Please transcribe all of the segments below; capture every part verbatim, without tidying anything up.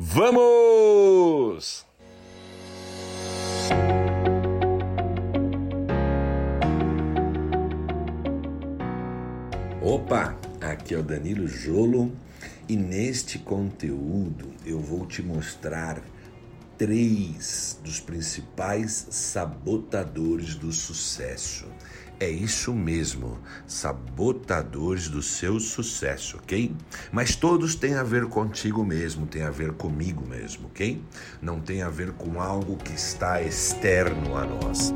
Vamos! Opa, aqui é o Danilo Jolo e neste conteúdo eu vou te mostrar três dos principais sabotadores do sucesso. É isso mesmo, sabotadores do seu sucesso, ok? Mas todos têm a ver contigo mesmo, têm a ver comigo mesmo, ok? Não tem a ver com algo que está externo a nós.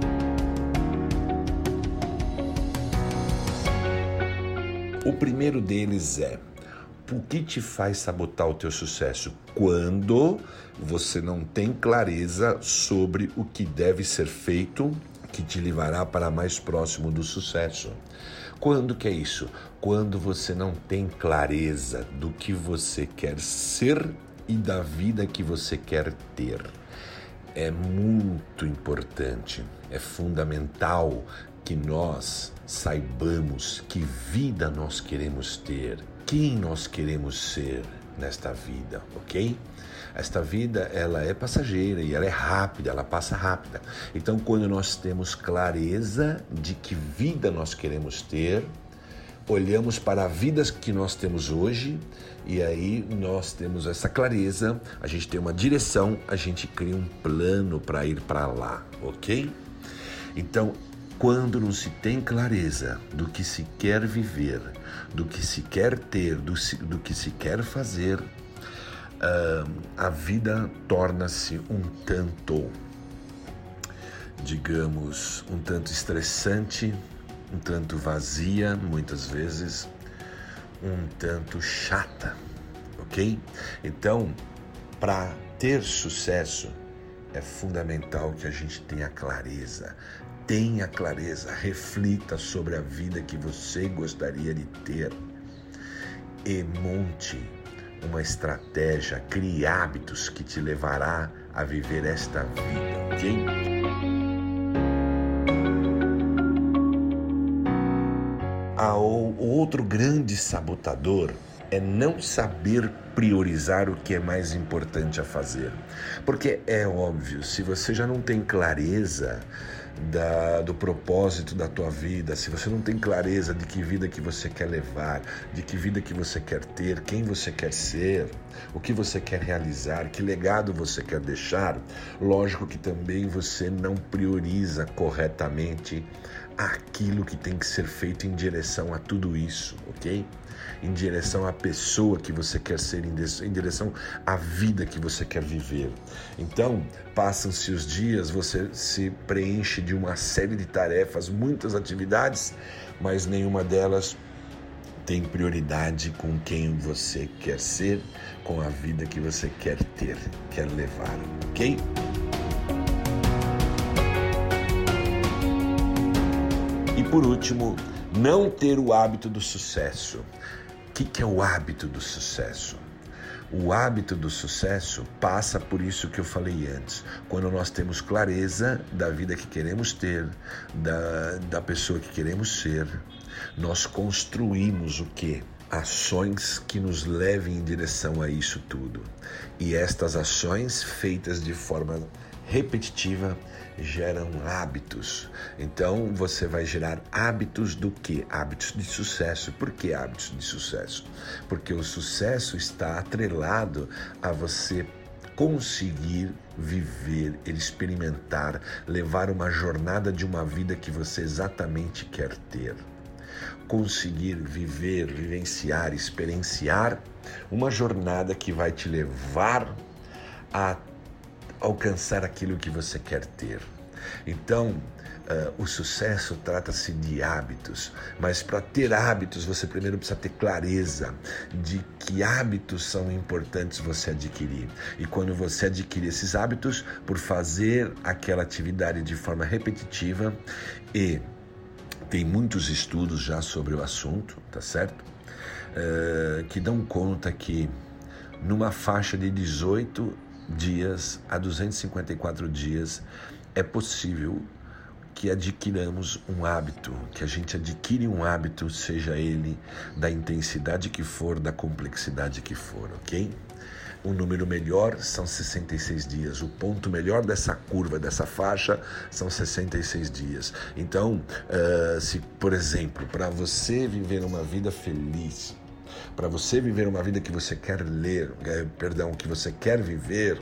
O primeiro deles é: o que te faz sabotar o teu sucesso? Quando você não tem clareza sobre o que deve ser feito, que te levará para mais próximo do sucesso. Quando que é isso? Quando você não tem clareza do que você quer ser e da vida que você quer ter. É muito importante, é fundamental que nós saibamos que vida nós queremos ter, quem nós queremos ser nesta vida, ok? Esta vida, ela é passageira e ela é rápida, ela passa rápida. Então, quando nós temos clareza de que vida nós queremos ter, olhamos para a vida que nós temos hoje e aí nós temos essa clareza, a gente tem uma direção, a gente cria um plano para ir para lá, ok? Então, quando não se tem clareza do que se quer viver, do que se quer ter, do, do que se quer fazer, uh, a vida torna-se um tanto, digamos, um tanto estressante, um tanto vazia, muitas vezes, um tanto chata, ok? Então, para ter sucesso, é fundamental que a gente tenha clareza. Tenha clareza, reflita sobre a vida que você gostaria de ter e monte uma estratégia, crie hábitos que te levará a viver esta vida, ok? Ah, o outro grande sabotador é não saber priorizar o que é mais importante a fazer. Porque é óbvio, se você já não tem clareza da, do propósito da tua vida, se você não tem clareza de que vida que você quer levar, de que vida que você quer ter, quem você quer ser, o que você quer realizar, que legado você quer deixar, lógico que também você não prioriza corretamente aquilo que tem que ser feito em direção a tudo isso, ok? Em direção à pessoa que você quer ser, em direção à vida que você quer viver. Então, passam-se os dias, você se preenche de uma série de tarefas, muitas atividades, mas nenhuma delas tem prioridade com quem você quer ser, com a vida que você quer ter, quer levar, ok? E por último, não ter o hábito do sucesso. O que, que é o hábito do sucesso? O hábito do sucesso passa por isso que eu falei antes. Quando nós temos clareza da vida que queremos ter, da, da pessoa que queremos ser, nós construímos o quê? Ações que nos levem em direção a isso tudo. E estas ações, feitas de forma repetitiva, geram hábitos. Então você vai gerar hábitos do quê? Hábitos de sucesso. Por que hábitos de sucesso? Porque o sucesso está atrelado a você conseguir viver, experimentar, levar uma jornada de uma vida que você exatamente quer ter. Conseguir viver, vivenciar, experienciar uma jornada que vai te levar a alcançar aquilo que você quer ter. Então, uh, o sucesso trata-se de hábitos, mas para ter hábitos você primeiro precisa ter clareza de que hábitos são importantes você adquirir. E quando você adquirir esses hábitos, por fazer aquela atividade de forma repetitiva, e tem muitos estudos já sobre o assunto, tá certo? Uh, que dão conta que numa faixa de dezoito dias a duzentos e cinquenta e quatro dias é possível que adquiramos um hábito, que a gente adquire um hábito, seja ele da intensidade que for, da complexidade que for, ok? o número melhor são sessenta e seis dias. O ponto melhor dessa curva, dessa faixa, são sessenta e seis dias. Então, uh, se, por exemplo, para você viver uma vida feliz, para você viver uma vida que você quer ler, eh, perdão, que você quer viver,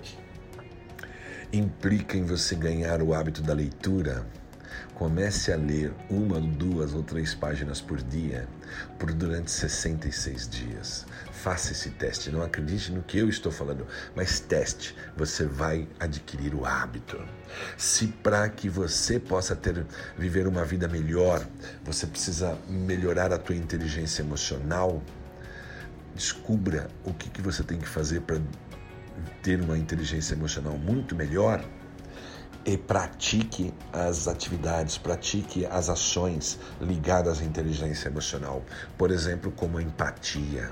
implica em você ganhar o hábito da leitura. Comece a ler uma, duas ou três páginas por dia por durante sessenta e seis dias. Faça esse teste. Não acredite no que eu estou falando, mas teste. Você vai adquirir o hábito. Se para que você possa ter, viver uma vida melhor, você precisa melhorar a tua inteligência emocional, descubra o que, que você tem que fazer para ter uma inteligência emocional muito melhor. E pratique as atividades, pratique as ações ligadas à inteligência emocional. Por exemplo, como a empatia,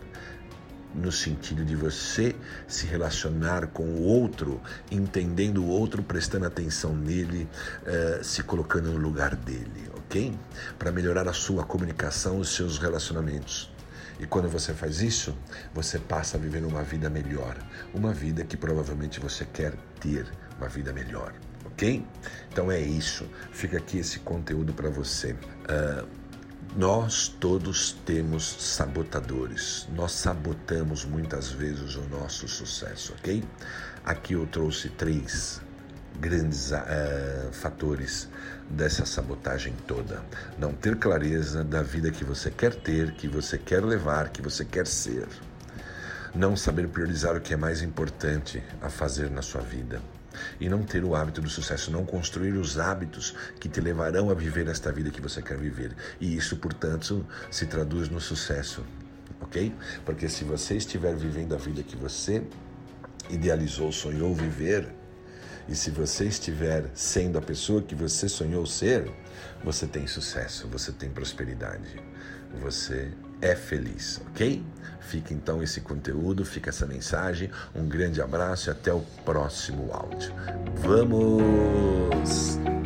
no sentido de você se relacionar com o outro, entendendo o outro, prestando atenção nele, uh, se colocando no lugar dele, ok? Para melhorar a sua comunicação, os seus relacionamentos. E quando você faz isso, você passa a viver uma vida melhor, uma vida que provavelmente você quer ter, uma vida melhor, ok? Então é isso, fica aqui esse conteúdo para você. Uh, nós todos temos sabotadores, nós sabotamos muitas vezes o nosso sucesso, ok? Aqui eu trouxe três grandes uh, fatores dessa sabotagem toda. Não ter clareza da vida que você quer ter, que você quer levar, que você quer ser. Não saber priorizar o que é mais importante a fazer na sua vida. E não ter o hábito do sucesso, não construir os hábitos que te levarão a viver esta vida que você quer viver. E isso, portanto, se traduz no sucesso, ok? Porque se você estiver vivendo a vida que você idealizou, sonhou viver, e se você estiver sendo a pessoa que você sonhou ser, você tem sucesso, você tem prosperidade, você é feliz, ok? Fica então esse conteúdo, fica essa mensagem, um grande abraço e até o próximo áudio. Vamos!